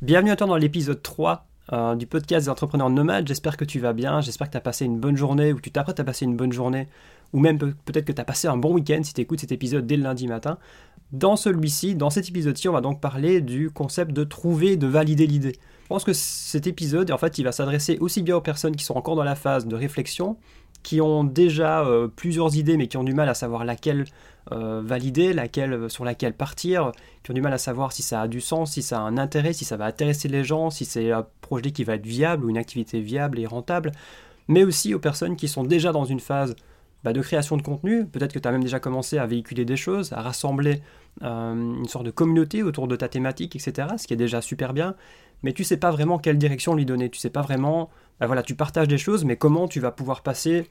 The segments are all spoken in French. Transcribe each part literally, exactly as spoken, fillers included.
Bienvenue à toi dans l'épisode trois euh, du podcast des entrepreneurs nomades. J'espère que tu vas bien, j'espère que tu as passé une bonne journée ou tu t'apprêtes à passer une bonne journée ou même pe- peut-être que tu as passé un bon week-end si tu écoutes cet épisode dès le lundi matin. Dans celui-ci, dans cet épisode-ci, on va donc parler du concept de trouver et de valider l'idée. Je pense que cet épisode, en fait, il va s'adresser aussi bien aux personnes qui sont encore dans la phase de réflexion, qui ont déjà euh, plusieurs idées mais qui ont du mal à savoir laquelle euh, valider, laquelle, sur laquelle partir, qui ont du mal à savoir si ça a du sens, si ça a un intérêt, si ça va intéresser les gens, si c'est un projet qui va être viable ou une activité viable et rentable, mais aussi aux personnes qui sont déjà dans une phase bah, de création de contenu. Peut-être que tu as même déjà commencé à véhiculer des choses, à rassembler euh, une sorte de communauté autour de ta thématique, et cetera, ce qui est déjà super bien, mais tu ne sais pas vraiment quelle direction lui donner, tu ne sais pas vraiment, bah voilà, tu partages des choses, mais comment tu vas pouvoir passer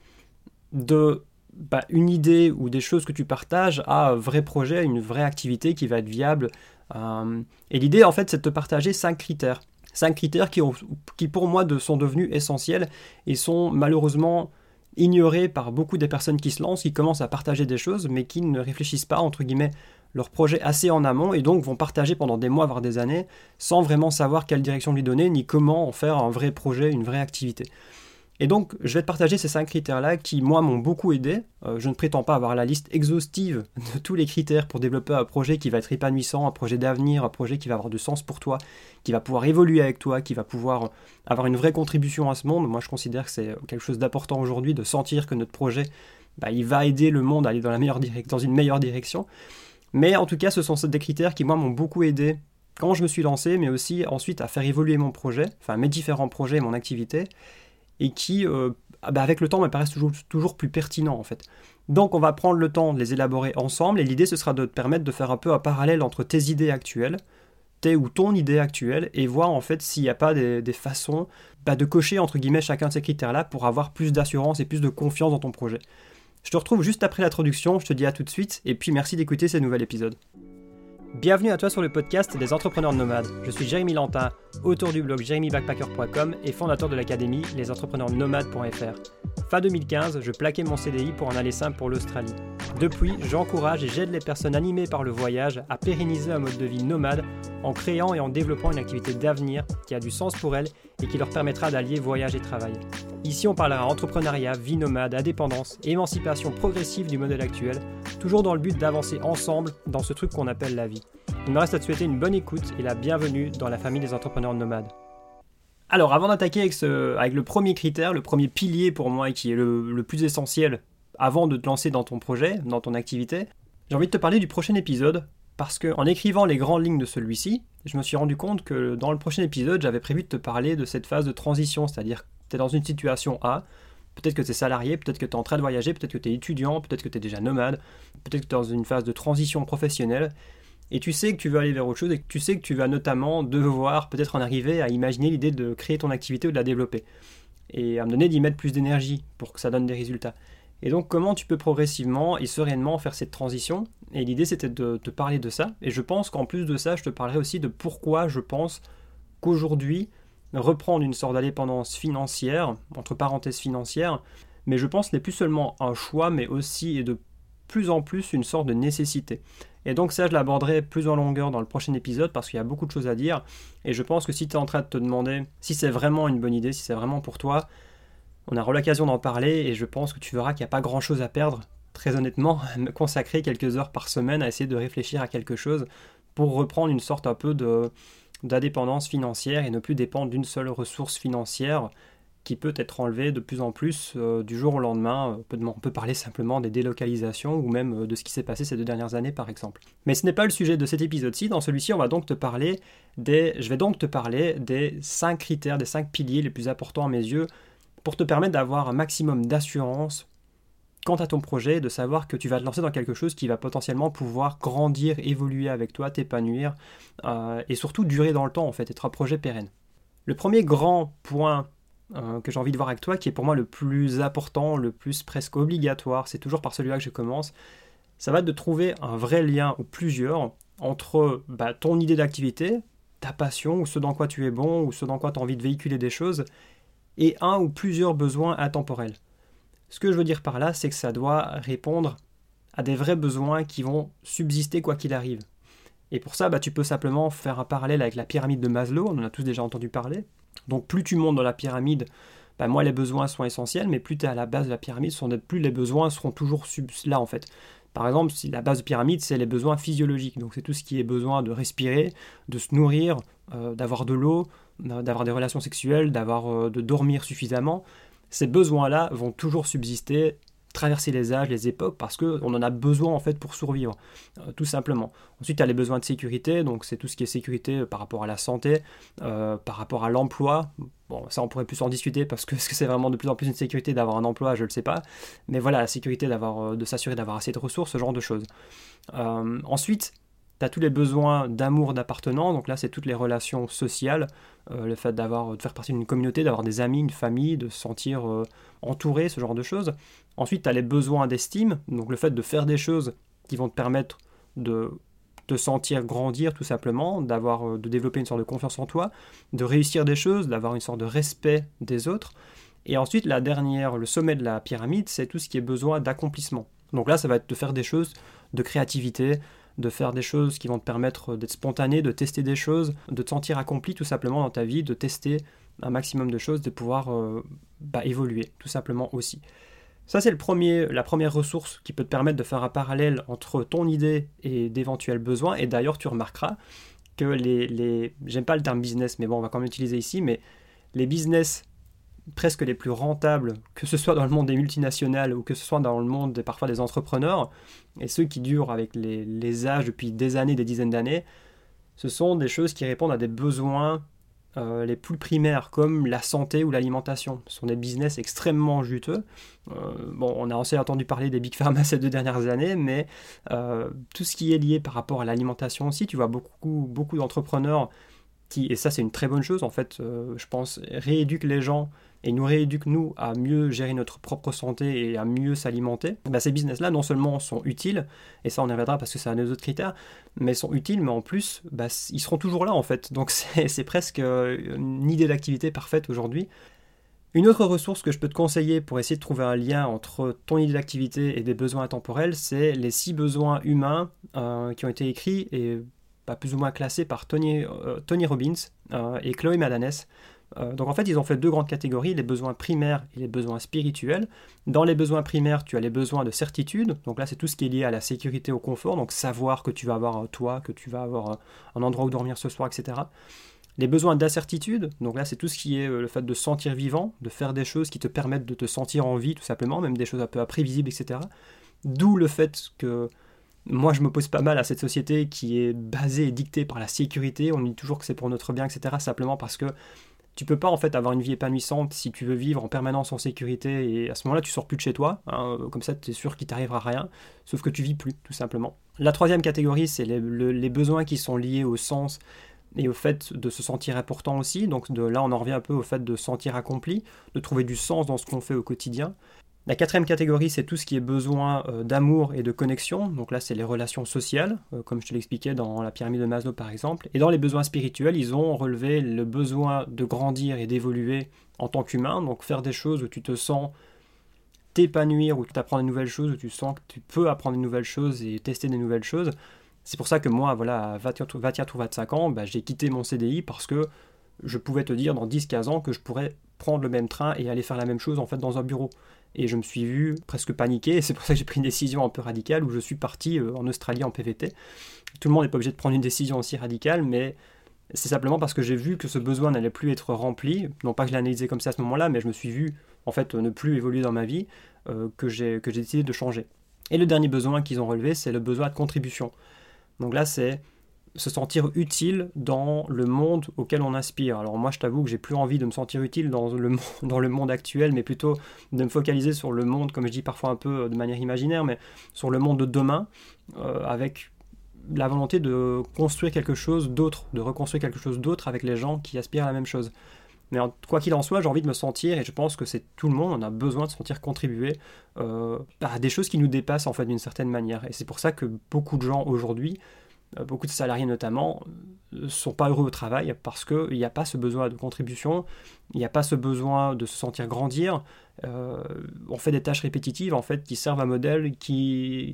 de bah, une idée ou des choses que tu partages à un vrai projet, une vraie activité qui va être viable. Euh, et l'idée, en fait, c'est de te partager cinq critères. Cinq critères qui, ont, qui pour moi, de, sont devenus essentiels et sont malheureusement ignorés par beaucoup des personnes qui se lancent, qui commencent à partager des choses, mais qui ne réfléchissent pas, entre guillemets, leur projet assez en amont et donc vont partager pendant des mois, voire des années, sans vraiment savoir quelle direction lui donner, ni comment en faire un vrai projet, une vraie activité. Et donc, je vais te partager ces cinq critères-là qui, moi, m'ont beaucoup aidé. Euh, je ne prétends pas avoir la liste exhaustive de tous les critères pour développer un projet qui va être épanouissant, un projet d'avenir, un projet qui va avoir du sens pour toi, qui va pouvoir évoluer avec toi, qui va pouvoir avoir une vraie contribution à ce monde. Moi, je considère que c'est quelque chose d'important aujourd'hui de sentir que notre projet, bah, il va aider le monde à aller dans, la meilleure direc- dans une meilleure direction. Mais en tout cas, ce sont des critères qui, moi, m'ont beaucoup aidé quand je me suis lancé, mais aussi ensuite à faire évoluer mon projet, enfin mes différents projets et mon activité, et qui, euh, bah avec le temps, me paraissent toujours, toujours plus pertinents en fait. Donc on va prendre le temps de les élaborer ensemble, et l'idée ce sera de te permettre de faire un peu un parallèle entre tes idées actuelles, tes ou ton idée actuelle, et voir en fait s'il n'y a pas des, des façons bah, de cocher entre guillemets chacun de ces critères-là pour avoir plus d'assurance et plus de confiance dans ton projet. Je te retrouve juste après l'introduction, je te dis à tout de suite, et puis merci d'écouter ce nouvel épisode. Bienvenue à toi sur le podcast des entrepreneurs nomades. Je suis Jérémy Lantin, auteur du blog jeremy backpacker point com et fondateur de l'académie les entrepreneurs nomades point f r. Fin deux mille quinze, je plaquais mon C D I pour en aller simple pour l'Australie. Depuis, j'encourage et j'aide les personnes animées par le voyage à pérenniser un mode de vie nomade en créant et en développant une activité d'avenir qui a du sens pour elles et qui leur permettra d'allier voyage et travail. Ici, on parlera entrepreneuriat, vie nomade, indépendance, émancipation progressive du modèle actuel, toujours dans le but d'avancer ensemble dans ce truc qu'on appelle la vie. Il me reste à te souhaiter une bonne écoute et la bienvenue dans la famille des entrepreneurs nomades. Alors, avant d'attaquer avec, ce, avec le premier critère, le premier pilier pour moi et qui est le, le plus essentiel avant de te lancer dans ton projet, dans ton activité, j'ai envie de te parler du prochain épisode parce qu'en écrivant les grandes lignes de celui-ci, je me suis rendu compte que dans le prochain épisode, j'avais prévu de te parler de cette phase de transition, c'est-à-dire que tu es dans une situation A, peut-être que tu es salarié, peut-être que tu es en train de voyager, peut-être que tu es étudiant, peut-être que tu es déjà nomade, peut-être que tu es dans une phase de transition professionnelle, et tu sais que tu veux aller vers autre chose et que tu sais que tu vas notamment devoir peut-être en arriver à imaginer l'idée de créer ton activité ou de la développer. Et à me donner d'y mettre plus d'énergie pour que ça donne des résultats. Et donc comment tu peux progressivement et sereinement faire cette transition. Et l'idée c'était de te parler de ça. Et je pense qu'en plus de ça, je te parlerai aussi de pourquoi je pense qu'aujourd'hui, reprendre une sorte d'indépendance financière, entre parenthèses financière, mais je pense n'est plus seulement un choix, mais aussi et de plus en plus une sorte de nécessité. Et donc ça, je l'aborderai plus en longueur dans le prochain épisode parce qu'il y a beaucoup de choses à dire. Et je pense que si tu es en train de te demander si c'est vraiment une bonne idée, si c'est vraiment pour toi, on aura l'occasion d'en parler et je pense que tu verras qu'il n'y a pas grand-chose à perdre, très honnêtement, à me consacrer quelques heures par semaine à essayer de réfléchir à quelque chose pour reprendre une sorte un peu de, d'indépendance financière et ne plus dépendre d'une seule ressource financière qui peut être enlevée de plus en plus euh, du jour au lendemain. On peut, on peut parler simplement des délocalisations ou même euh, de ce qui s'est passé ces deux dernières années par exemple. Mais ce n'est pas le sujet de cet épisode-ci. Dans celui-ci, on va donc te parler des, je vais donc te parler des cinq critères, des cinq piliers les plus importants à mes yeux pour te permettre d'avoir un maximum d'assurance quant à ton projet, de savoir que tu vas te lancer dans quelque chose qui va potentiellement pouvoir grandir, évoluer avec toi, t'épanouir euh, et surtout durer dans le temps en fait, être un projet pérenne. Le premier grand point euh, que j'ai envie de voir avec toi, qui est pour moi le plus important, le plus presque obligatoire, c'est toujours par celui-là que je commence, ça va être de trouver un vrai lien ou plusieurs entre bah, ton idée d'activité, ta passion ou ce dans quoi tu es bon ou ce dans quoi tu as envie de véhiculer des choses et un ou plusieurs besoins intemporels. Ce que je veux dire par là, c'est que ça doit répondre à des vrais besoins qui vont subsister quoi qu'il arrive. Et pour ça, bah, tu peux simplement faire un parallèle avec la pyramide de Maslow, on en a tous déjà entendu parler. Donc plus tu montes dans la pyramide, bah, moins les besoins sont essentiels, mais plus tu es à la base de la pyramide, plus les besoins seront toujours là en fait. Par exemple, si la base de pyramide, c'est les besoins physiologiques, donc c'est tout ce qui est besoin de respirer, de se nourrir, euh, d'avoir de l'eau, d'avoir des relations sexuelles, d'avoir, euh, de dormir suffisamment. Ces besoins-là vont toujours subsister, traverser les âges, les époques, parce qu'on en a besoin en fait pour survivre, euh, tout simplement. Ensuite, tu as les besoins de sécurité, donc c'est tout ce qui est sécurité par rapport à la santé, euh, par rapport à l'emploi. Bon, ça on pourrait plus en discuter, parce que est-ce que c'est vraiment de plus en plus une sécurité d'avoir un emploi, je ne le sais pas. Mais voilà, la sécurité d'avoir, de s'assurer d'avoir assez de ressources, ce genre de choses. Euh, ensuite, tu as tous les besoins d'amour, d'appartenance, donc là c'est toutes les relations sociales, euh, le fait d'avoir, de faire partie d'une communauté, d'avoir des amis, une famille, de se sentir euh, entouré, ce genre de choses. Ensuite, tu as les besoins d'estime, donc le fait de faire des choses qui vont te permettre de te sentir grandir tout simplement, d'avoir, euh, de développer une sorte de confiance en toi, de réussir des choses, d'avoir une sorte de respect des autres. Et ensuite, la dernière, le sommet de la pyramide, c'est tout ce qui est besoin d'accomplissement. Donc là, ça va être de faire des choses de créativité, de faire des choses qui vont te permettre d'être spontané, de tester des choses, de te sentir accompli tout simplement dans ta vie, de tester un maximum de choses, de pouvoir euh, bah, évoluer tout simplement aussi. Ça, c'est le premier, la première ressource qui peut te permettre de faire un parallèle entre ton idée et d'éventuels besoins. Et d'ailleurs, tu remarqueras que les, les... J'aime pas le terme business, mais bon, on va quand même l'utiliser ici, mais les business presque les plus rentables, que ce soit dans le monde des multinationales ou que ce soit dans le monde des, parfois des entrepreneurs, et ceux qui durent avec les, les âges depuis des années, des dizaines d'années, ce sont des choses qui répondent à des besoins euh, les plus primaires, comme la santé ou l'alimentation. Ce sont des business extrêmement juteux. Euh, bon, on a aussi entendu parler des Big Pharma ces deux dernières années, mais euh, tout ce qui est lié par rapport à l'alimentation aussi, tu vois beaucoup, beaucoup d'entrepreneurs qui, et ça c'est une très bonne chose en fait, euh, je pense, rééduquent les gens et nous rééduquent nous à mieux gérer notre propre santé et à mieux s'alimenter. Bah, ces business-là non seulement sont utiles, et ça on y reviendra parce que c'est un des autres critères, mais sont utiles, mais en plus bah, ils seront toujours là en fait, donc c'est, c'est presque une idée d'activité parfaite aujourd'hui. Une autre ressource que je peux te conseiller pour essayer de trouver un lien entre ton idée d'activité et des besoins intemporels, c'est les six besoins humains euh, qui ont été écrits et bah, plus ou moins classés par Tony, euh, Tony Robbins euh, et Chloé Madanes. Euh, donc en fait, ils ont fait deux grandes catégories, les besoins primaires et les besoins spirituels. Dans les besoins primaires, tu as les besoins de certitude, donc là c'est tout ce qui est lié à la sécurité, au confort, donc savoir que tu vas avoir un toit, que tu vas avoir un endroit où dormir ce soir, et cetera. Les besoins d'incertitude, donc là c'est tout ce qui est le fait de se sentir vivant, de faire des choses qui te permettent de te sentir en vie tout simplement, même des choses un peu imprévisibles, et cetera. D'où le fait que moi je m'oppose pas mal à cette société qui est basée et dictée par la sécurité, on dit toujours que c'est pour notre bien, et cetera. Simplement parce que tu peux pas en fait avoir une vie épanouissante si tu veux vivre en permanence en sécurité, et à ce moment-là tu sors plus de chez toi, hein, comme ça tu es sûr qu'il t'arrivera rien, sauf que tu vis plus tout simplement. La troisième catégorie c'est les, le, les besoins qui sont liés au sens et au fait de se sentir important aussi, donc de, là on en revient un peu au fait de se sentir accompli, de trouver du sens dans ce qu'on fait au quotidien. La quatrième catégorie, c'est tout ce qui est besoin euh, d'amour et de connexion. Donc là, c'est les relations sociales, euh, comme je te l'expliquais dans la pyramide de Maslow par exemple. Et dans les besoins spirituels, ils ont relevé le besoin de grandir et d'évoluer en tant qu'humain. Donc faire des choses où tu te sens t'épanouir, où tu apprends de nouvelles choses, où tu sens que tu peux apprendre de nouvelles choses et tester de nouvelles choses. C'est pour ça que moi, voilà, à vingt et un ou vingt-cinq ans, bah, j'ai quitté mon C D I parce que je pouvais te dire dans dix à quinze ans que je pourrais prendre le même train et aller faire la même chose en fait dans un bureau. Et je me suis vu presque paniquer, et c'est pour ça que j'ai pris une décision un peu radicale où je suis parti en Australie en P V T. Tout le monde n'est pas obligé de prendre une décision aussi radicale, mais c'est simplement parce que j'ai vu que ce besoin n'allait plus être rempli, non pas que je l'ai analysé comme ça à ce moment-là, mais je me suis vu en fait ne plus évoluer dans ma vie, euh, que, j'ai, que j'ai décidé de changer. Et le dernier besoin qu'ils ont relevé, c'est le besoin de contribution. Donc là, c'est se sentir utile dans le monde auquel on aspire. Alors moi, je t'avoue que j'ai plus envie de me sentir utile dans le, dans le monde actuel, mais plutôt de me focaliser sur le monde, comme je dis parfois un peu de manière imaginaire, mais sur le monde de demain, euh, avec la volonté de construire quelque chose d'autre, de reconstruire quelque chose d'autre avec les gens qui aspirent à la même chose. Mais quoi qu'il en soit, j'ai envie de me sentir, et je pense que c'est tout le monde, on a besoin de se sentir contribuer euh, à des choses qui nous dépassent en fait d'une certaine manière. Et c'est pour ça que beaucoup de gens aujourd'hui, beaucoup de salariés notamment, ne sont pas heureux au travail parce qu'il n'y a pas ce besoin de contribution, il n'y a pas ce besoin de se sentir grandir. Euh, on fait des tâches répétitives en fait qui servent à modèle, qui,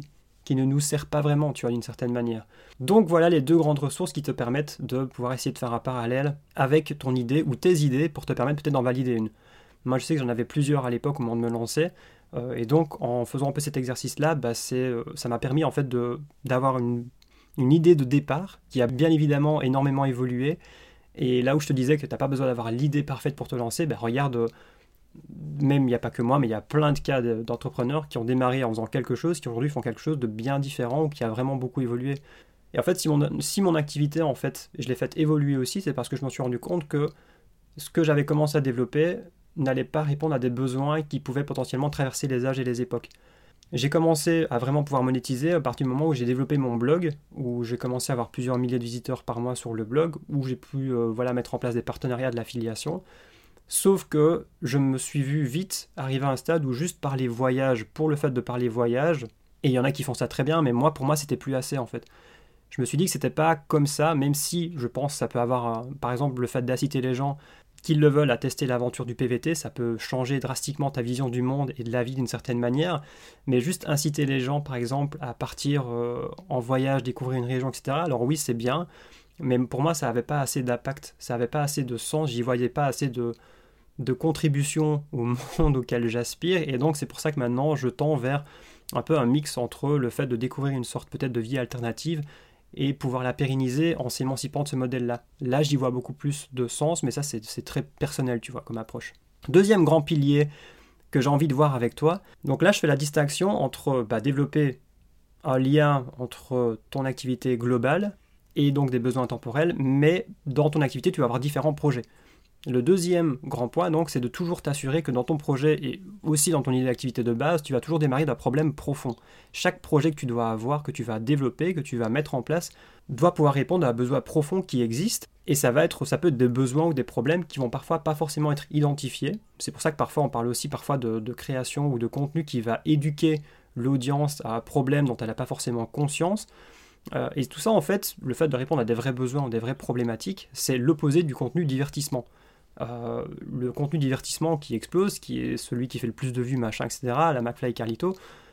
qui ne nous sert pas vraiment, tu vois, d'une certaine manière. Donc voilà les deux grandes ressources qui te permettent de pouvoir essayer de faire un parallèle avec ton idée ou tes idées pour te permettre peut-être d'en valider une. Moi je sais que j'en avais plusieurs à l'époque au moment de me lancer, euh, et donc en faisant un peu cet exercice-là, bah, c'est, euh, ça m'a permis en fait de, d'avoir une, une idée de départ qui a bien évidemment énormément évolué. Et là où je te disais que tu n'as pas besoin d'avoir l'idée parfaite pour te lancer, bah, regarde, même il n'y a pas que moi, mais il y a plein de cas d'entrepreneurs qui ont démarré en faisant quelque chose, qui aujourd'hui font quelque chose de bien différent ou qui a vraiment beaucoup évolué. Et en fait, si mon, si mon activité, en fait, je l'ai faite évoluer aussi, c'est parce que je me suis rendu compte que ce que j'avais commencé à développer n'allait pas répondre à des besoins qui pouvaient potentiellement traverser les âges et les époques. J'ai commencé à vraiment pouvoir monétiser à partir du moment où j'ai développé mon blog, où j'ai commencé à avoir plusieurs milliers de visiteurs par mois sur le blog, où j'ai pu euh, voilà, mettre en place des partenariats de l'affiliation. Sauf que je me suis vu vite arriver à un stade où juste parler voyage pour le fait de parler voyage, et il y en a qui font ça très bien, mais moi, pour moi, c'était plus assez en fait. Je me suis dit que c'était pas comme ça, même si je pense que ça peut avoir, un, par exemple, le fait d'inciter les gens qu'ils le veulent à tester l'aventure du P V T, ça peut changer drastiquement ta vision du monde et de la vie d'une certaine manière, mais juste inciter les gens, par exemple, à partir euh, en voyage, découvrir une région, et cetera. Alors oui, c'est bien, mais pour moi, ça n'avait pas assez d'impact, ça n'avait pas assez de sens, j'y voyais pas assez de, de contribution au monde auquel j'aspire, et donc c'est pour ça que maintenant, je tends vers un peu un mix entre le fait de découvrir une sorte peut-être de vie alternative et pouvoir la pérenniser en s'émancipant de ce modèle-là. Là, j'y vois beaucoup plus de sens, mais ça, c'est, c'est très personnel, tu vois, comme approche. Deuxième grand pilier que j'ai envie de voir avec toi, donc là, je fais la distinction entre bah, développer un lien entre ton activité globale et donc des besoins temporels, mais dans ton activité, tu vas avoir différents projets. Le deuxième grand point, donc, c'est de toujours t'assurer que dans ton projet et aussi dans ton idée d'activité de base, tu vas toujours démarrer d'un problème profond. Chaque projet que tu dois avoir, que tu vas développer, que tu vas mettre en place, doit pouvoir répondre à un besoin profond qui existe. Et ça va être, ça peut être des besoins ou des problèmes qui vont parfois pas forcément être identifiés. C'est pour ça que parfois on parle aussi parfois de, de création ou de contenu qui va éduquer l'audience à un problème dont elle n'a pas forcément conscience. Euh, et tout ça, en fait, le fait de répondre à des vrais besoins ou des vraies problématiques, c'est l'opposé du contenu divertissement. Euh, le contenu divertissement qui explose, qui est celui qui fait le plus de vues, machin, et cetera, la McFly et Carlito,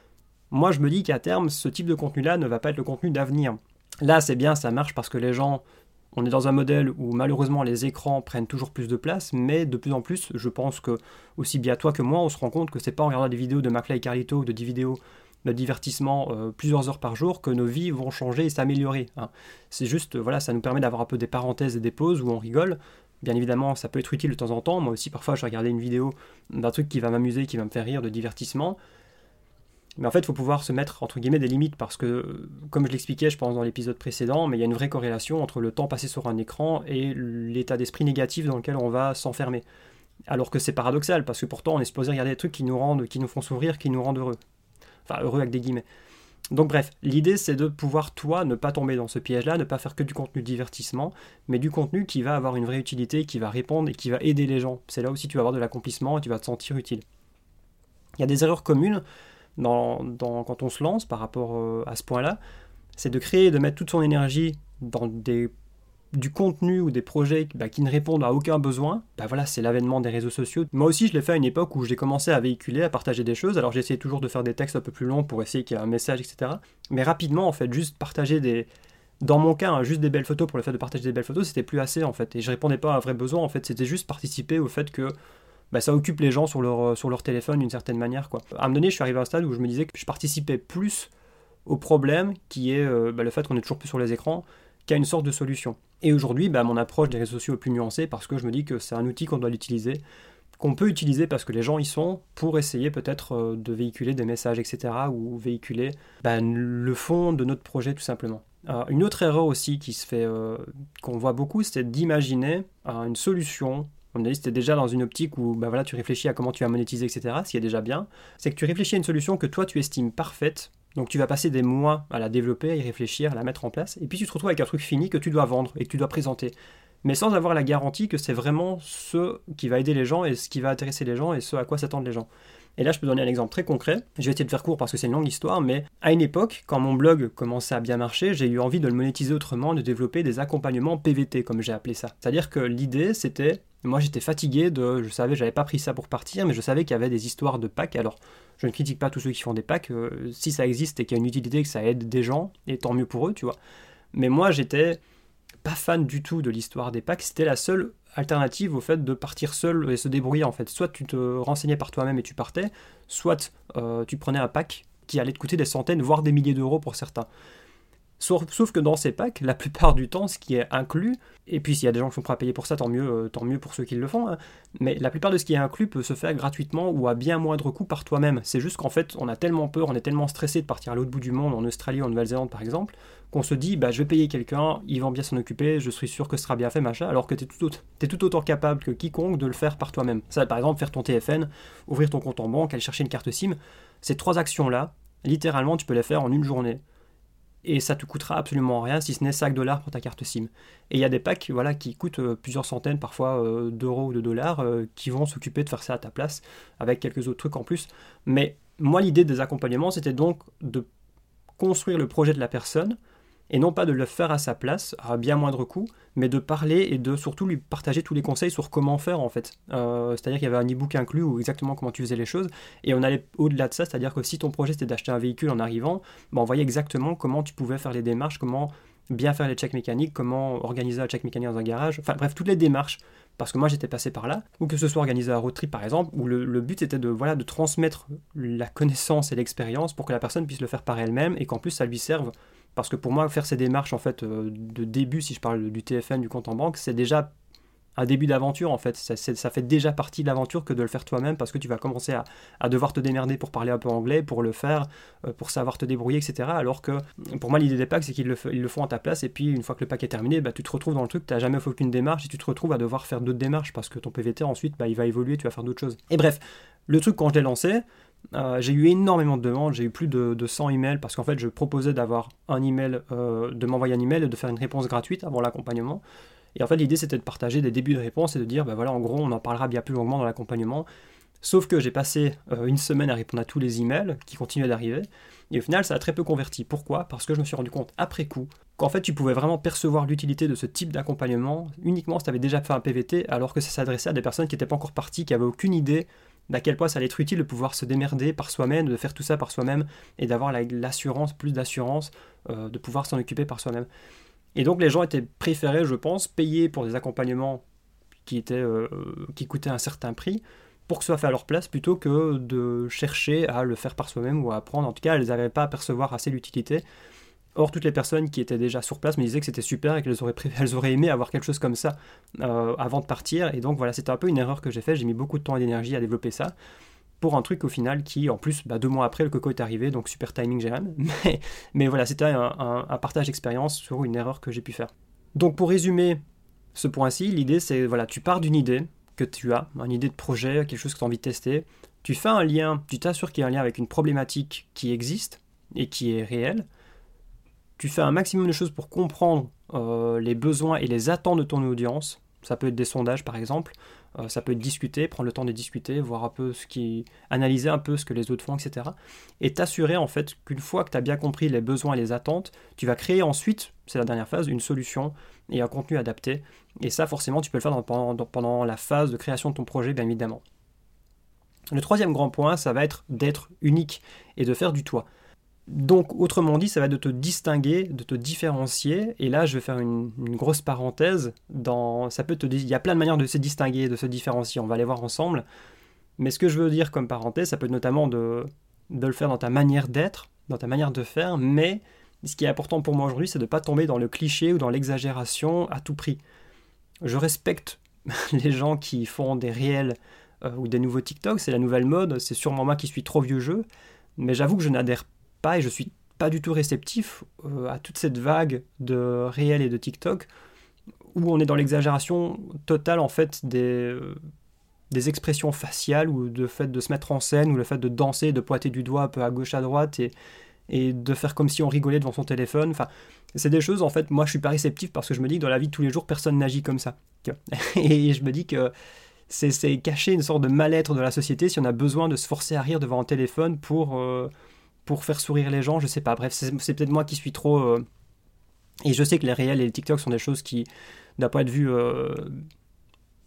moi je me dis qu'à terme, ce type de contenu-là ne va pas être le contenu d'avenir. Là, c'est bien, ça marche parce que les gens, on est dans un modèle où malheureusement les écrans prennent toujours plus de place, mais de plus en plus, je pense que, aussi bien toi que moi, on se rend compte que c'est pas en regardant des vidéos de McFly et Carlito ou de des vidéos de divertissement euh, plusieurs heures par jour que nos vies vont changer et s'améliorer. Hein. C'est juste, voilà, ça nous permet d'avoir un peu des parenthèses et des pauses où on rigole. Bien évidemment, ça peut être utile de temps en temps. Moi aussi, parfois, je vais regarder une vidéo d'un truc qui va m'amuser, qui va me faire rire, de divertissement. Mais en fait, il faut pouvoir se mettre, entre guillemets, des limites, parce que, comme je l'expliquais, je pense, dans l'épisode précédent, mais il y a une vraie corrélation entre le temps passé sur un écran et l'état d'esprit négatif dans lequel on va s'enfermer. Alors que c'est paradoxal, parce que pourtant, on est supposé regarder des trucs qui nous rendent, qui nous font sourire, qui nous rendent heureux. Enfin, heureux avec des guillemets. Donc bref, l'idée c'est de pouvoir, toi, ne pas tomber dans ce piège-là, ne pas faire que du contenu divertissement, mais du contenu qui va avoir une vraie utilité, qui va répondre et qui va aider les gens. C'est là aussi tu vas avoir de l'accomplissement et tu vas te sentir utile. Il y a des erreurs communes dans, dans, quand on se lance par rapport euh, à ce point-là, c'est de créer, de mettre toute son énergie dans des, du contenu ou des projets bah, qui ne répondent à aucun besoin. Bah voilà, c'est l'avènement des réseaux sociaux. Moi aussi, je l'ai fait à une époque où j'ai commencé à véhiculer, à partager des choses. Alors j'essayais toujours de faire des textes un peu plus longs pour essayer qu'il y ait un message, et cetera. Mais rapidement, en fait, juste partager des... Dans mon cas, hein, juste des belles photos pour le fait de partager des belles photos, c'était plus assez, en fait. Et je répondais pas à un vrai besoin, en fait. C'était juste participer au fait que bah, ça occupe les gens sur leur, sur leur téléphone d'une certaine manière, quoi. À un moment donné, je suis arrivé à un stade où je me disais que je participais plus au problème, qui est euh, bah, le fait qu'on est toujours plus sur les écrans, qu'à une sorte de solution. Et aujourd'hui, bah, mon approche des réseaux sociaux est plus nuancée parce que je me dis que c'est un outil qu'on doit l'utiliser, qu'on peut utiliser parce que les gens y sont pour essayer peut-être euh, de véhiculer des messages, et cetera, ou véhiculer bah, le fond de notre projet tout simplement. Euh, une autre erreur aussi qui se fait, euh, qu'on voit beaucoup, c'est d'imaginer euh, une solution. On a dit c'était déjà dans une optique où bah, voilà, tu réfléchis à comment tu vas monétiser, et cetera, ce qui est déjà bien. C'est que tu réfléchis à une solution que toi tu estimes parfaite. Donc tu vas passer des mois à la développer, à y réfléchir, à la mettre en place, et puis tu te retrouves avec un truc fini que tu dois vendre et que tu dois présenter. Mais sans avoir la garantie que c'est vraiment ce qui va aider les gens et ce qui va intéresser les gens et ce à quoi s'attendent les gens. Et là, je peux donner un exemple très concret. Je vais essayer de faire court parce que c'est une longue histoire, mais à une époque, quand mon blog commençait à bien marcher, j'ai eu envie de le monétiser autrement, de développer des accompagnements P V T, comme j'ai appelé ça. C'est-à-dire que l'idée, c'était Moi, j'étais fatigué de, je savais, j'avais pas pris ça pour partir, mais je savais qu'il y avait des histoires de packs. Alors, je ne critique pas tous ceux qui font des packs. Euh, si ça existe et qu'il y a une utilité, que ça aide des gens, et tant mieux pour eux, tu vois. Mais moi, j'étais pas fan du tout de l'histoire des packs. C'était la seule alternative au fait de partir seul et se débrouiller, en fait. Soit tu te renseignais par toi-même et tu partais, soit euh, tu prenais un pack qui allait te coûter des centaines, voire des milliers d'euros pour certains. Sauf, sauf que dans ces packs, la plupart du temps, ce qui est inclus, et puis s'il y a des gens qui sont prêts à payer pour ça, tant mieux, euh, tant mieux pour ceux qui le font, hein, mais la plupart de ce qui est inclus peut se faire gratuitement ou à bien moindre coût par toi-même. C'est juste qu'en fait, on a tellement peur, on est tellement stressé de partir à l'autre bout du monde, en Australie ou en Nouvelle-Zélande par exemple, qu'on se dit, bah, je vais payer quelqu'un, ils vont bien s'en occuper, je suis sûr que ce sera bien fait, machin, alors que tu es tout, t'es tout autant capable que quiconque de le faire par toi-même. Ça, par exemple, faire ton T F N, ouvrir ton compte en banque, aller chercher une carte SIM, ces trois actions-là, littéralement, tu peux les faire en une journée. Et ça te coûtera absolument rien, si ce n'est cinq dollars pour ta carte SIM. Et il y a des packs voilà, qui coûtent euh, plusieurs centaines, parfois euh, d'euros ou de dollars, euh, qui vont s'occuper de faire ça à ta place, avec quelques autres trucs en plus. Mais moi, l'idée des accompagnements, c'était donc de construire le projet de la personne, et non pas de le faire à sa place, à bien moindre coût, mais de parler et de surtout lui partager tous les conseils sur comment faire en fait. Euh, c'est-à-dire qu'il y avait un e-book inclus ou exactement comment tu faisais les choses, et on allait au-delà de ça, c'est-à-dire que si ton projet c'était d'acheter un véhicule en arrivant, ben on voyait exactement comment tu pouvais faire les démarches, comment bien faire les checks mécaniques, comment organiser un check mécanique dans un garage, enfin bref, toutes les démarches, parce que moi j'étais passé par là, ou que ce soit organiser un road trip par exemple, où le, le but c'était de, voilà, de transmettre la connaissance et l'expérience pour que la personne puisse le faire par elle-même, et qu'en plus ça lui serve. Parce que pour moi, faire ces démarches en fait, euh, de début, si je parle du T F N, du compte en banque, c'est déjà un début d'aventure en fait. Ça, ça fait déjà partie de l'aventure que de le faire toi-même parce que tu vas commencer à, à devoir te démerder pour parler un peu anglais, pour le faire, euh, pour savoir te débrouiller, et cetera. Alors que pour moi, l'idée des packs, c'est qu'ils le, ils le font à ta place et puis une fois que le pack est terminé, bah, tu te retrouves dans le truc, tu n'as jamais fait aucune démarche et tu te retrouves à devoir faire d'autres démarches parce que ton P V T ensuite, bah, il va évoluer, tu vas faire d'autres choses. Et bref, le truc quand je l'ai lancé, Euh, j'ai eu énormément de demandes, j'ai eu plus de, de cent emails parce qu'en fait je proposais d'avoir un email, euh, de m'envoyer un email et de faire une réponse gratuite avant l'accompagnement. Et en fait l'idée c'était de partager des débuts de réponse et de dire bah voilà en gros on en parlera bien plus longuement dans l'accompagnement. Sauf que j'ai passé euh, une semaine à répondre à tous les emails qui continuaient d'arriver et au final ça a très peu converti. Pourquoi ? Parce que je me suis rendu compte après coup qu'en fait tu pouvais vraiment percevoir l'utilité de ce type d'accompagnement uniquement si tu avais déjà fait un P V T alors que ça s'adressait à des personnes qui n'étaient pas encore parties, qui n'avaient aucune idée d'à quel point ça allait être utile de pouvoir se démerder par soi-même, de faire tout ça par soi-même, et d'avoir la, l'assurance, plus d'assurance, euh, de pouvoir s'en occuper par soi-même. Et donc les gens étaient préférés, je pense, payer pour des accompagnements qui, étaient, euh, qui coûtaient un certain prix, pour que ce soit fait à leur place, plutôt que de chercher à le faire par soi-même ou à apprendre. En tout cas, elles n'avaient pas à percevoir assez l'utilité. Or, toutes les personnes qui étaient déjà sur place me disaient que c'était super et qu'elles auraient, pré- elles auraient aimé avoir quelque chose comme ça euh, avant de partir. Et donc voilà, c'était un peu une erreur que j'ai faite. J'ai mis beaucoup de temps et d'énergie à développer ça pour un truc au final qui, en plus, bah, deux mois après, le coco est arrivé, donc super timing, Jérém. Mais, mais voilà, c'était un, un, un partage d'expérience sur une erreur que j'ai pu faire. Donc pour résumer ce point-ci, l'idée c'est, voilà, tu pars d'une idée que tu as, une idée de projet, quelque chose que tu as envie de tester. Tu fais un lien, tu t'assures qu'il y a un lien avec une problématique qui existe et qui est réelle. Tu fais un maximum de choses pour comprendre euh, les besoins et les attentes de ton audience. Ça peut être des sondages par exemple, euh, ça peut être discuter, prendre le temps de discuter, voir un peu ce qui, analyser un peu ce que les autres font, et cetera. Et t'assurer en fait qu'une fois que tu as bien compris les besoins et les attentes, tu vas créer ensuite, c'est la dernière phase, une solution et un contenu adapté. Et ça forcément tu peux le faire dans, pendant, pendant la phase de création de ton projet bien évidemment. Le troisième grand point, ça va être d'être unique et de faire du toi. Donc, autrement dit, ça va être de te distinguer, de te différencier. Et là, je vais faire une, une grosse parenthèse. Dans, ça peut te, il y a plein de manières de se distinguer, de se différencier. On va les voir ensemble. Mais ce que je veux dire comme parenthèse, ça peut être notamment de, de le faire dans ta manière d'être, dans ta manière de faire. Mais ce qui est important pour moi aujourd'hui, c'est de ne pas tomber dans le cliché ou dans l'exagération à tout prix. Je respecte les gens qui font des réels euh, ou des nouveaux TikTok. C'est la nouvelle mode. C'est sûrement moi qui suis trop vieux jeu. Mais j'avoue que je n'adhère pas. Et je suis pas du tout réceptif euh, à toute cette vague de réels et de TikTok où on est dans l'exagération totale en fait des, euh, des expressions faciales ou le fait de se mettre en scène ou le fait de danser, de pointer du doigt un peu à gauche à droite et, et de faire comme si on rigolait devant son téléphone. Enfin, c'est des choses en fait, moi je suis pas réceptif parce que je me dis que dans la vie de tous les jours personne n'agit comme ça. Et je me dis que c'est, c'est cacher une sorte de mal-être de la société si on a besoin de se forcer à rire devant un téléphone pour... Euh, pour faire sourire les gens, je sais pas. Bref, c'est, c'est peut-être moi qui suis trop... Euh... Et je sais que les réels et les TikTok sont des choses qui, d'un point de vue euh...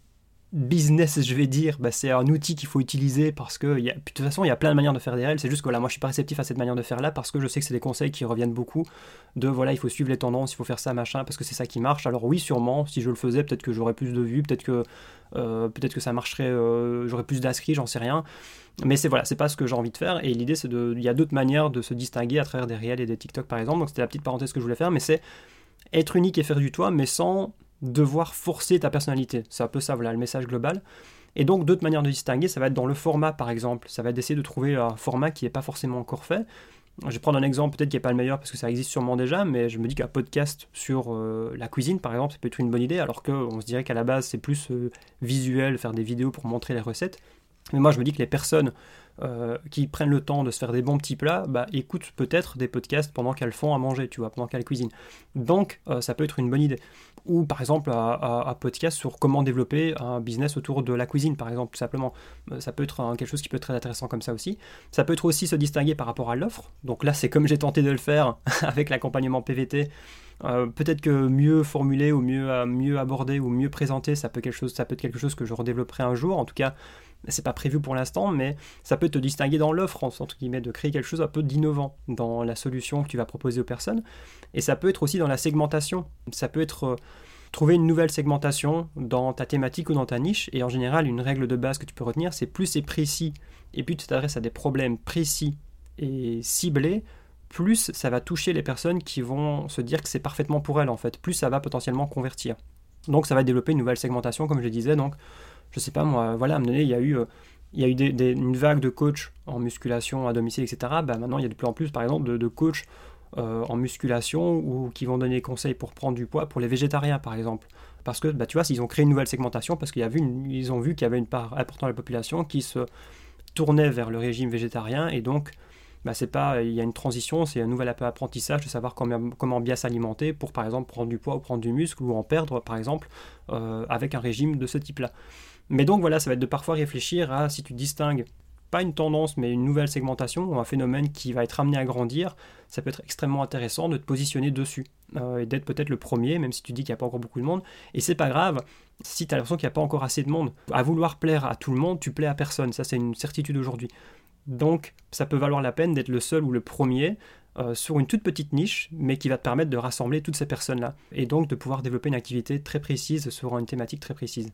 business, je vais dire, bah, c'est un outil qu'il faut utiliser parce que y a, de toute façon, il y a plein de manières de faire des réels. C'est juste que là, moi, je suis pas réceptif à cette manière de faire là parce que je sais que c'est des conseils qui reviennent beaucoup de voilà, il faut suivre les tendances, il faut faire ça, machin, parce que c'est ça qui marche. Alors oui, sûrement, si je le faisais, peut-être que j'aurais plus de vues, peut-être que euh, peut-être que ça marcherait, euh, j'aurais plus d'inscrits, j'en sais rien. Mais c'est voilà, c'est pas ce que j'ai envie de faire. Et l'idée, c'est de, il y a d'autres manières de se distinguer à travers des réels et des TikTok par exemple. Donc c'était la petite parenthèse que je voulais faire, mais c'est être unique et faire du toi, mais sans devoir forcer ta personnalité. C'est un peu ça, voilà, le message global. Et donc, d'autres manières de distinguer, ça va être dans le format, par exemple. Ça va être d'essayer de trouver un format qui n'est pas forcément encore fait. Je vais prendre un exemple, peut-être qui n'est pas le meilleur, parce que ça existe sûrement déjà, mais je me dis qu'un podcast sur euh, la cuisine, par exemple, ça peut être une bonne idée, alors qu'on se dirait qu'à la base, c'est plus euh, visuel, faire des vidéos pour montrer les recettes. Mais moi, je me dis que les personnes euh, qui prennent le temps de se faire des bons petits plats, bah, écoutent peut-être des podcasts pendant qu'elles font à manger, tu vois, pendant qu'elles cuisinent. Donc, euh, ça peut être une bonne idée. Ou par exemple, un podcast sur comment développer un business autour de la cuisine, par exemple, tout simplement. Euh, ça peut être un, quelque chose qui peut être très intéressant comme ça aussi. Ça peut être aussi se distinguer par rapport à l'offre. Donc là, c'est comme j'ai tenté de le faire avec l'accompagnement P V T. Euh, peut-être que mieux formulé ou mieux, euh, mieux abordé ou mieux présenté, ça peut, quelque chose, ça peut être quelque chose que je redévelopperai un jour. En tout cas, c'est pas prévu pour l'instant, mais ça peut te distinguer dans l'offre, entre guillemets, de créer quelque chose un peu d'innovant dans la solution que tu vas proposer aux personnes. Et ça peut être aussi dans la segmentation. Ça peut être euh, trouver une nouvelle segmentation dans ta thématique ou dans ta niche. Et en général, une règle de base que tu peux retenir, c'est plus c'est précis, et plus tu t'adresses à des problèmes précis et ciblés, plus ça va toucher les personnes qui vont se dire que c'est parfaitement pour elles, en fait. Plus ça va potentiellement convertir. Donc ça va développer une nouvelle segmentation, comme je disais. Donc, je sais pas moi, voilà, à un moment donné, il y a eu, euh, il y a eu des, des, une vague de coachs en musculation à domicile, et cetera. Bah, maintenant, il y a de plus en plus, par exemple, de, de coachs euh, en musculation ou qui vont donner des conseils pour prendre du poids pour les végétariens, par exemple. Parce que, bah, tu vois, ils ont créé une nouvelle segmentation parce qu'ils ont vu qu'il y avait une part importante de la population qui se tournait vers le régime végétarien et donc bah, c'est pas, il y a une transition, c'est un nouvel apprentissage de savoir comment, comment bien s'alimenter pour par exemple prendre du poids ou prendre du muscle ou en perdre par exemple euh, avec un régime de ce type-là. Mais donc voilà, ça va être de parfois réfléchir à si tu distingues pas une tendance mais une nouvelle segmentation ou un phénomène qui va être amené à grandir, ça peut être extrêmement intéressant de te positionner dessus euh, et d'être peut-être le premier, même si tu dis qu'il n'y a pas encore beaucoup de monde. Et c'est pas grave si tu as l'impression qu'il n'y a pas encore assez de monde. À vouloir plaire à tout le monde, tu plais à personne, ça c'est une certitude aujourd'hui. Donc ça peut valoir la peine d'être le seul ou le premier euh, sur une toute petite niche, mais qui va te permettre de rassembler toutes ces personnes-là, et donc de pouvoir développer une activité très précise sur une thématique très précise.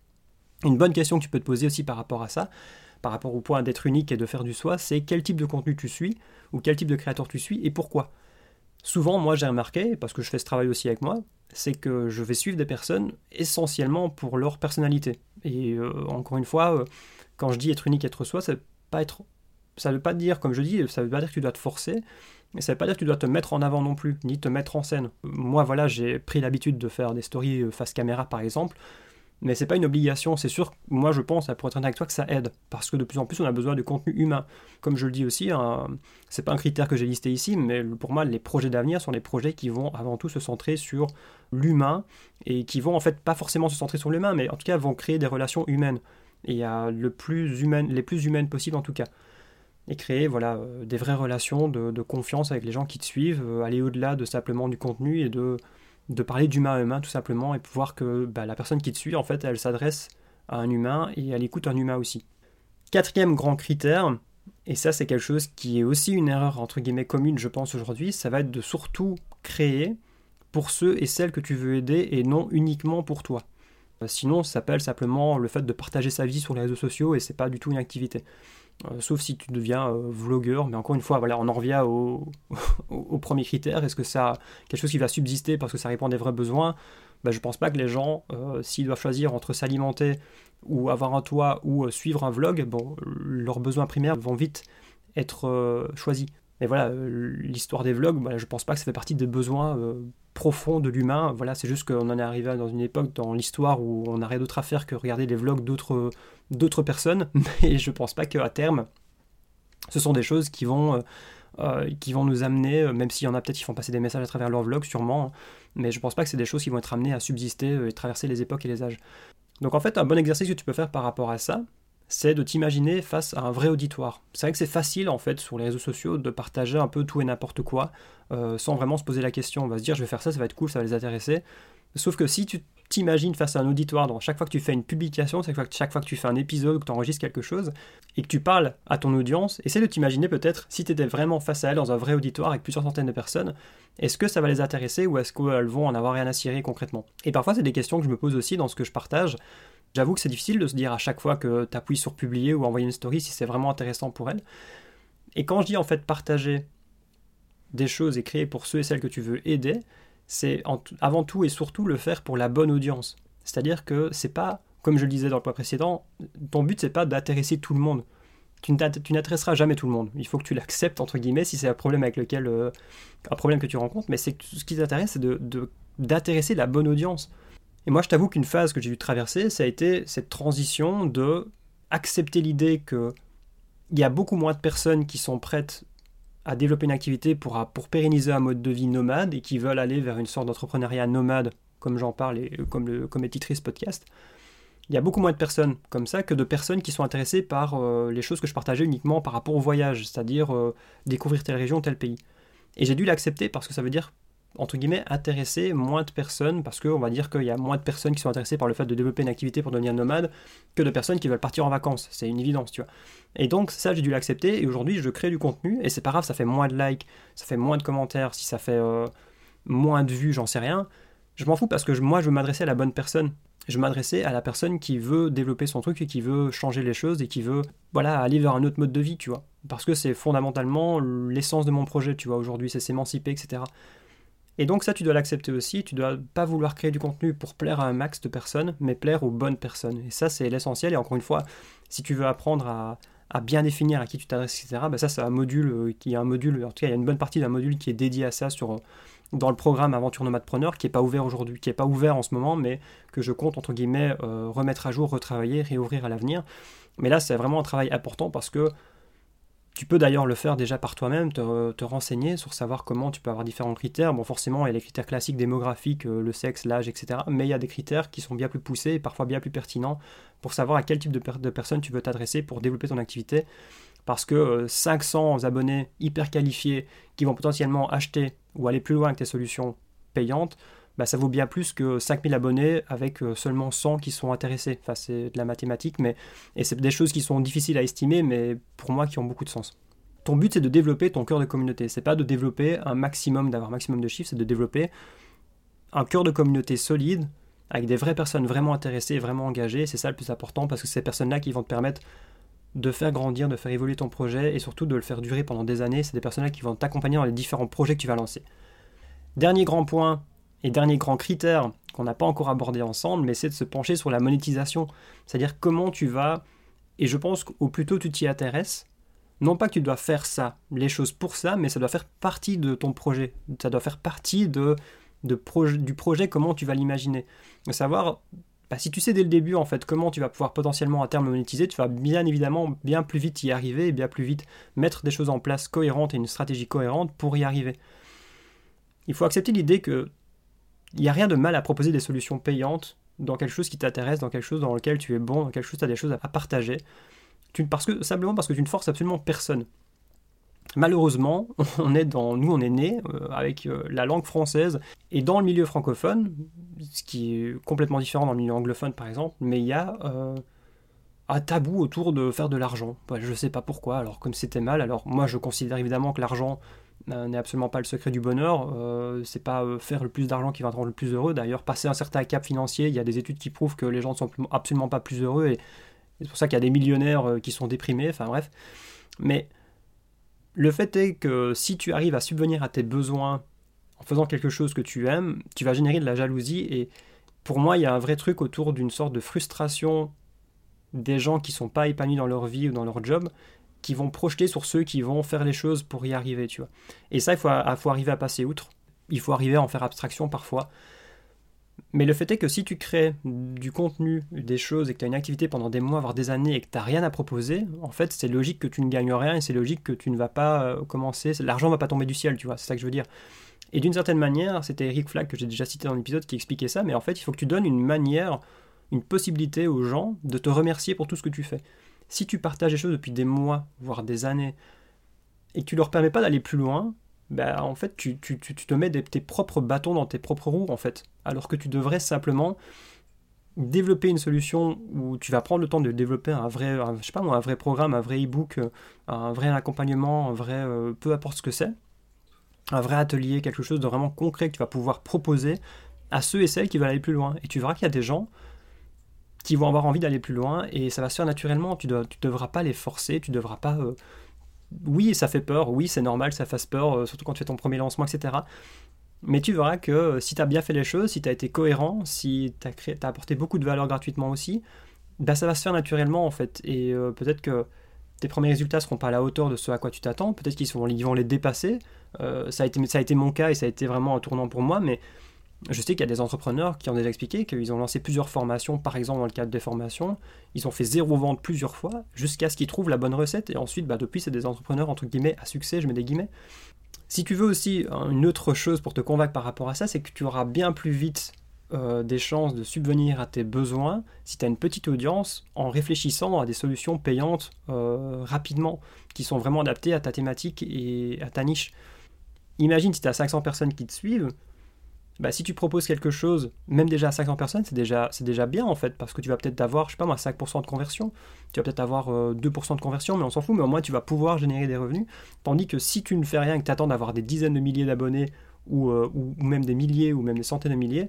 Une bonne question que tu peux te poser aussi par rapport à ça, par rapport au point d'être unique et de faire du soi, c'est quel type de contenu tu suis, ou quel type de créateur tu suis, et pourquoi. Souvent, moi j'ai remarqué, parce que je fais ce travail aussi avec moi, c'est que je vais suivre des personnes essentiellement pour leur personnalité. Et euh, encore une fois, euh, quand je dis être unique, être soi, ça ne veut pas être... Ça veut pas dire, comme je dis, ça veut pas dire que tu dois te forcer, mais ça veut pas dire que tu dois te mettre en avant non plus, ni te mettre en scène. Moi, voilà, j'ai pris l'habitude de faire des stories face caméra, par exemple, mais c'est pas une obligation. C'est sûr, moi, je pense, pour être honnête avec toi, que ça aide, parce que de plus en plus, on a besoin de contenu humain. Comme je le dis aussi, hein, c'est pas un critère que j'ai listé ici, mais pour moi, les projets d'avenir sont des projets qui vont avant tout se centrer sur l'humain, et qui vont en fait pas forcément se centrer sur l'humain, mais en tout cas vont créer des relations humaines, et à le plus humaine, les plus humaines possibles en tout cas. Et créer voilà, euh, des vraies relations de, de confiance avec les gens qui te suivent, euh, aller au-delà de simplement du contenu et de, de parler d'humain à humain tout simplement, et pouvoir que bah, la personne qui te suit, en fait, elle s'adresse à un humain et elle écoute un humain aussi. Quatrième grand critère, et ça c'est quelque chose qui est aussi une erreur entre guillemets commune je pense aujourd'hui, ça va être de surtout créer pour ceux et celles que tu veux aider et non uniquement pour toi. Sinon, ça s'appelle simplement le fait de partager sa vie sur les réseaux sociaux et c'est pas du tout une activité. Euh, sauf si tu deviens euh, vlogueur, mais encore une fois, voilà, on en revient au, au, au premier critère. Est-ce que ça quelque chose qui va subsister parce que ça répond à des vrais besoins? Ben, je pense pas que les gens, euh, s'ils doivent choisir entre s'alimenter ou avoir un toit ou euh, suivre un vlog, bon, leurs besoins primaires vont vite être euh, choisis. Mais voilà, euh, l'histoire des vlogs, voilà, je pense pas que ça fait partie des besoins euh, profonds de l'humain. Voilà, c'est juste qu'on en est arrivé dans une époque dans l'histoire où on n'a rien d'autre à faire que regarder les vlogs d'autres, d'autres personnes. Mais je pense pas qu'à terme, ce sont des choses qui vont, euh, euh, qui vont nous amener, même s'il y en a peut-être qui font passer des messages à travers leurs vlogs, sûrement, hein, mais je pense pas que c'est des choses qui vont être amenées à subsister euh, et traverser les époques et les âges. Donc en fait, un bon exercice que tu peux faire par rapport à ça, c'est de t'imaginer face à un vrai auditoire. C'est vrai que c'est facile en fait sur les réseaux sociaux de partager un peu tout et n'importe quoi, euh, sans vraiment se poser la question. On va se dire je vais faire ça, ça va être cool, ça va les intéresser. Sauf que si tu t'imagines face à un auditoire, dans chaque fois que tu fais une publication, chaque fois que, chaque fois que tu fais un épisode, que tu enregistres quelque chose, et que tu parles à ton audience, essaie de t'imaginer peut-être si tu étais vraiment face à elle dans un vrai auditoire avec plusieurs centaines de personnes, est-ce que ça va les intéresser ou est-ce qu'elles vont en avoir rien à cirer concrètement? Et parfois c'est des questions que je me pose aussi dans ce que je partage. J'avoue que c'est difficile de se dire à chaque fois que tu appuies sur publier ou envoyer une story si c'est vraiment intéressant pour elle. Et quand je dis en fait partager des choses et créer pour ceux et celles que tu veux aider, c'est avant tout et surtout le faire pour la bonne audience. C'est-à-dire que c'est pas, comme je le disais dans le point précédent, ton but c'est pas d'intéresser tout le monde. Tu n'intéresseras jamais tout le monde. Il faut que tu l'acceptes, entre guillemets, si c'est un problème avec lequel, euh, un problème que tu rencontres, mais c'est ce qui t'intéresse, c'est de, de, d'intéresser la bonne audience. Et moi, je t'avoue qu'une phase que j'ai dû traverser, ça a été cette transition de accepter l'idée qu'il y a beaucoup moins de personnes qui sont prêtes à développer une activité pour, pour pérenniser un mode de vie nomade et qui veulent aller vers une sorte d'entrepreneuriat nomade, comme j'en parle et comme, le, comme est titré ce podcast. Il y a beaucoup moins de personnes comme ça que de personnes qui sont intéressées par euh, les choses que je partageais uniquement par rapport au voyage, c'est-à-dire euh, découvrir telle région, tel pays. Et j'ai dû l'accepter parce que ça veut dire, entre guillemets, intéresser moins de personnes, parce qu'on va dire qu'il y a moins de personnes qui sont intéressées par le fait de développer une activité pour devenir nomade que de personnes qui veulent partir en vacances. C'est une évidence, tu vois. Et donc ça, j'ai dû l'accepter, et aujourd'hui, je crée du contenu, et c'est pas grave, ça fait moins de likes, ça fait moins de commentaires, si ça fait euh, moins de vues, j'en sais rien. Je m'en fous parce que je, moi, je veux m'adresser à la bonne personne. Je veux m'adresser à la personne qui veut développer son truc et qui veut changer les choses et qui veut, voilà, aller vers un autre mode de vie, tu vois. Parce que c'est fondamentalement l'essence de mon projet, tu vois, aujourd'hui, c'est s'émanciper, et cetera. Et donc ça, tu dois l'accepter aussi, tu dois pas vouloir créer du contenu pour plaire à un max de personnes, mais plaire aux bonnes personnes. Et ça, c'est l'essentiel, et encore une fois, si tu veux apprendre à, à bien définir à qui tu t'adresses, et cetera, ben ça, c'est un module qui est un module, en tout cas, il y a une bonne partie d'un module qui est dédié à ça sur... dans le programme Aventure Nomadepreneur, qui n'est pas ouvert aujourd'hui, qui n'est pas ouvert en ce moment, mais que je compte, entre guillemets, euh, remettre à jour, retravailler, réouvrir à l'avenir. Mais là, c'est vraiment un travail important parce que tu peux d'ailleurs le faire déjà par toi-même, te, te renseigner sur savoir comment tu peux avoir différents critères. Bon, forcément, il y a les critères classiques démographiques, euh, le sexe, l'âge, et cetera. Mais il y a des critères qui sont bien plus poussés et parfois bien plus pertinents pour savoir à quel type de, per- de personnes tu veux t'adresser pour développer ton activité. Parce que euh, cinq cents abonnés hyper qualifiés qui vont potentiellement acheter ou aller plus loin avec tes solutions payantes, bah, ça vaut bien plus que cinq mille abonnés avec euh, seulement cent qui sont intéressés. Enfin, c'est de la mathématique, mais... et c'est des choses qui sont difficiles à estimer, mais pour moi qui ont beaucoup de sens. Ton but, c'est de développer ton cœur de communauté. C'est pas de développer un maximum, d'avoir un maximum de chiffres, c'est de développer un cœur de communauté solide, avec des vraies personnes vraiment intéressées, vraiment engagées. C'est ça le plus important, parce que c'est ces personnes-là qui vont te permettre de faire grandir, de faire évoluer ton projet et surtout de le faire durer pendant des années. C'est des personnes-là qui vont t'accompagner dans les différents projets que tu vas lancer. Dernier grand point et dernier grand critère qu'on n'a pas encore abordé ensemble, mais c'est de se pencher sur la monétisation. C'est-à-dire comment tu vas, et je pense qu'au plus tôt tu t'y intéresses, non pas que tu dois faire ça, les choses pour ça, mais ça doit faire partie de ton projet. Ça doit faire partie de, de proje- du projet, comment tu vas l'imaginer. De savoir... Bah, si tu sais dès le début en fait comment tu vas pouvoir potentiellement à terme monétiser, tu vas bien évidemment bien plus vite y arriver et bien plus vite mettre des choses en place cohérentes et une stratégie cohérente pour y arriver. Il faut accepter l'idée que il n'y a rien de mal à proposer des solutions payantes dans quelque chose qui t'intéresse, dans quelque chose dans lequel tu es bon, dans quelque chose où tu as des choses à partager. Tu, parce que, simplement parce que tu ne forces absolument personne. Malheureusement, on est dans, nous on est né euh, avec euh, la langue française et dans le milieu francophone, ce qui est complètement différent dans le milieu anglophone par exemple, mais il y a euh, un tabou autour de faire de l'argent. Ouais, je ne sais pas pourquoi, alors comme c'était mal, alors moi je considère évidemment que l'argent euh, n'est absolument pas le secret du bonheur, euh, c'est pas euh, faire le plus d'argent qui va te rendre le plus heureux, d'ailleurs passer un certain cap financier, il y a des études qui prouvent que les gens ne sont absolument pas plus heureux et, et c'est pour ça qu'il y a des millionnaires euh, qui sont déprimés, enfin bref, mais... Le fait est que si tu arrives à subvenir à tes besoins en faisant quelque chose que tu aimes, tu vas générer de la jalousie et pour moi, il y a un vrai truc autour d'une sorte de frustration des gens qui ne sont pas épanouis dans leur vie ou dans leur job, qui vont projeter sur ceux qui vont faire les choses pour y arriver, tu vois. Et ça, il faut, il faut arriver à passer outre. Il faut arriver à en faire abstraction parfois. Mais le fait est que si tu crées du contenu, des choses, et que tu as une activité pendant des mois, voire des années, et que tu n'as rien à proposer, en fait, c'est logique que tu ne gagnes rien, et c'est logique que tu ne vas pas euh, commencer, l'argent ne va pas tomber du ciel, tu vois, c'est ça que je veux dire. Et d'une certaine manière, c'était Eric Flack, que j'ai déjà cité dans l'épisode, qui expliquait ça, mais en fait, il faut que tu donnes une manière, une possibilité aux gens de te remercier pour tout ce que tu fais. Si tu partages des choses depuis des mois, voire des années, et que tu ne leur permets pas d'aller plus loin, bah, en fait, tu, tu, tu te mets des, tes propres bâtons dans tes propres roues, en fait. alors que tu devrais simplement développer une solution où tu vas prendre le temps de développer un vrai, un, je sais pas moi, un vrai programme, un vrai e-book, un vrai accompagnement, un vrai, euh, peu importe ce que c'est, un vrai atelier, quelque chose de vraiment concret que tu vas pouvoir proposer à ceux et celles qui veulent aller plus loin. Et tu verras qu'il y a des gens qui vont avoir envie d'aller plus loin et ça va se faire naturellement. Tu ne devras pas les forcer, tu ne devras pas... Euh, oui, ça fait peur, oui, c'est normal, ça fasse peur, euh, surtout quand tu fais ton premier lancement, et cetera. Mais tu verras que euh, si tu as bien fait les choses, si tu as été cohérent, si tu as, créé, t'as apporté beaucoup de valeur gratuitement aussi, bah ça va se faire naturellement en fait. Et euh, peut-être que tes premiers résultats ne seront pas à la hauteur de ce à quoi tu t'attends, peut-être qu'ils sont, ils vont les dépasser. Euh, ça, a été, ça a été mon cas et ça a été vraiment un tournant pour moi, mais je sais qu'il y a des entrepreneurs qui ont déjà expliqué qu'ils ont lancé plusieurs formations, par exemple dans le cadre des formations, ils ont fait zéro vente plusieurs fois jusqu'à ce qu'ils trouvent la bonne recette et ensuite bah, depuis c'est des entrepreneurs entre guillemets à succès, je mets des guillemets. Si tu veux aussi une autre chose pour te convaincre par rapport à ça, c'est que tu auras bien plus vite euh, des chances de subvenir à tes besoins si tu as une petite audience en réfléchissant à des solutions payantes euh, rapidement, qui sont vraiment adaptées à ta thématique et à ta niche. Imagine si tu as cinq cents personnes qui te suivent, bah, si tu proposes quelque chose, même déjà à cinq cents personnes, c'est déjà, c'est déjà bien en fait, parce que tu vas peut-être avoir, je sais pas moi, cinq pour cent de conversion, tu vas peut-être avoir euh, deux pour cent de conversion, mais on s'en fout, mais au moins tu vas pouvoir générer des revenus, tandis que si tu ne fais rien et que tu attends d'avoir des dizaines de milliers d'abonnés, ou, euh, ou, ou même des milliers, ou même des centaines de milliers,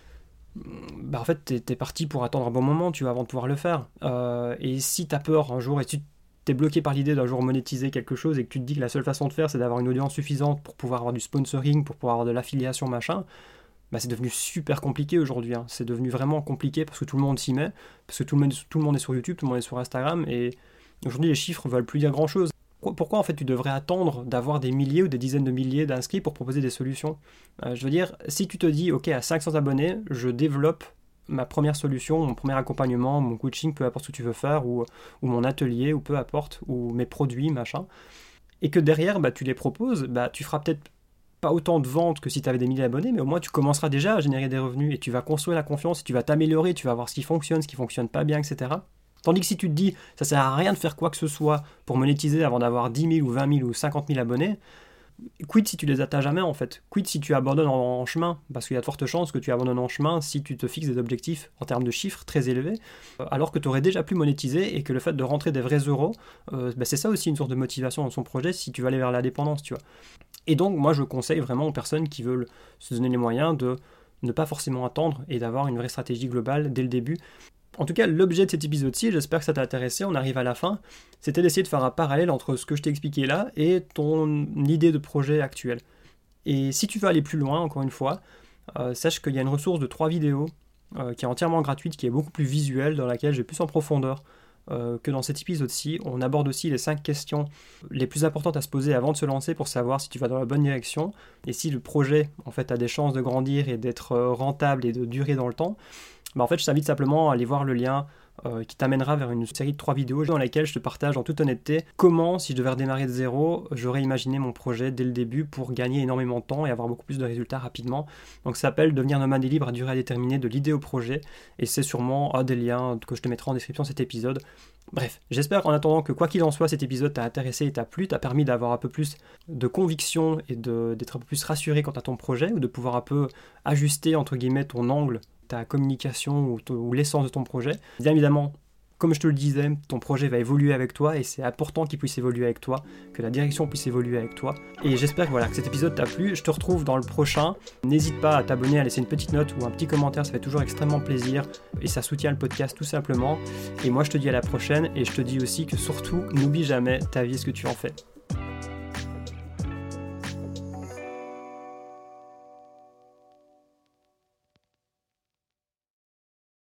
bah en fait t'es, t'es parti pour attendre un bon moment, tu vois, avant de pouvoir le faire. Euh, et si tu as peur un jour, et si tu t'es bloqué par l'idée d'un jour monétiser quelque chose, et que tu te dis que la seule façon de faire, c'est d'avoir une audience suffisante pour pouvoir avoir du sponsoring, pour pouvoir avoir de l'affiliation, machin, bah c'est devenu super compliqué aujourd'hui. Hein. C'est devenu vraiment compliqué parce que tout le monde s'y met, parce que tout le, monde, tout le monde est sur YouTube, tout le monde est sur Instagram, et aujourd'hui les chiffres ne veulent plus dire grand-chose. Pourquoi en fait tu devrais attendre d'avoir des milliers ou des dizaines de milliers d'inscrits pour proposer des solutions ? euh, Je veux dire, si tu te dis, ok, à cinq cents abonnés, je développe ma première solution, mon premier accompagnement, mon coaching, peu importe ce que tu veux faire, ou, ou mon atelier, ou peu importe, ou mes produits, machin, et que derrière, bah, tu les proposes, bah, tu feras peut-être pas autant de ventes que si tu avais des milliers d'abonnés, mais au moins tu commenceras déjà à générer des revenus, et tu vas construire la confiance, et tu vas t'améliorer, tu vas voir ce qui fonctionne, ce qui fonctionne pas bien, et cetera. Tandis que si tu te dis, ça sert à rien de faire quoi que ce soit pour monétiser avant d'avoir dix mille ou vingt mille ou cinquante mille abonnés, quid si tu les atteins jamais en fait, quid si tu abandonnes en, en chemin, parce qu'il y a de fortes chances que tu abandonnes en chemin si tu te fixes des objectifs en termes de chiffres très élevés, alors que tu aurais déjà pu monétiser et que le fait de rentrer des vrais euros, euh, bah c'est ça aussi une source de motivation dans son projet si tu vas aller vers la dépendance, tu vois. Et donc moi je conseille vraiment aux personnes qui veulent se donner les moyens de ne pas forcément attendre et d'avoir une vraie stratégie globale dès le début. En tout cas, l'objet de cet épisode-ci, j'espère que ça t'a intéressé, on arrive à la fin, c'était d'essayer de faire un parallèle entre ce que je t'ai expliqué là et ton idée de projet actuel. Et si tu veux aller plus loin, encore une fois, euh, sache qu'il y a une ressource de trois vidéos euh, qui est entièrement gratuite, qui est beaucoup plus visuelle, dans laquelle je vais plus en profondeur euh, que dans cet épisode-ci. On aborde aussi les cinq questions les plus importantes à se poser avant de se lancer pour savoir si tu vas dans la bonne direction et si le projet en fait, a des chances de grandir et d'être rentable et de durer dans le temps. Bah en fait, je t'invite simplement à aller voir le lien euh, qui t'amènera vers une série de trois vidéos dans laquelle je te partage en toute honnêteté comment, si je devais redémarrer de zéro, j'aurais imaginé mon projet dès le début pour gagner énormément de temps et avoir beaucoup plus de résultats rapidement. Donc ça s'appelle Devenir nomade et libre à durée indéterminée de l'idée au projet et c'est sûrement un des liens que je te mettrai en description de cet épisode. Bref, j'espère en attendant que quoi qu'il en soit, cet épisode t'a intéressé et t'a plu, t'a permis d'avoir un peu plus de conviction et de, d'être un peu plus rassuré quant à ton projet ou de pouvoir un peu ajuster entre guillemets ton angle, ta communication ou, t- ou l'essence de ton projet. Bien évidemment, comme je te le disais, ton projet va évoluer avec toi et c'est important qu'il puisse évoluer avec toi, que la direction puisse évoluer avec toi. Et j'espère que, voilà, que cet épisode t'a plu. Je te retrouve dans le prochain. N'hésite pas à t'abonner, à laisser une petite note ou un petit commentaire, ça fait toujours extrêmement plaisir et ça soutient le podcast tout simplement. Et moi je te dis à la prochaine et je te dis aussi que surtout, n'oublie jamais, ta vie est ce que tu en fais.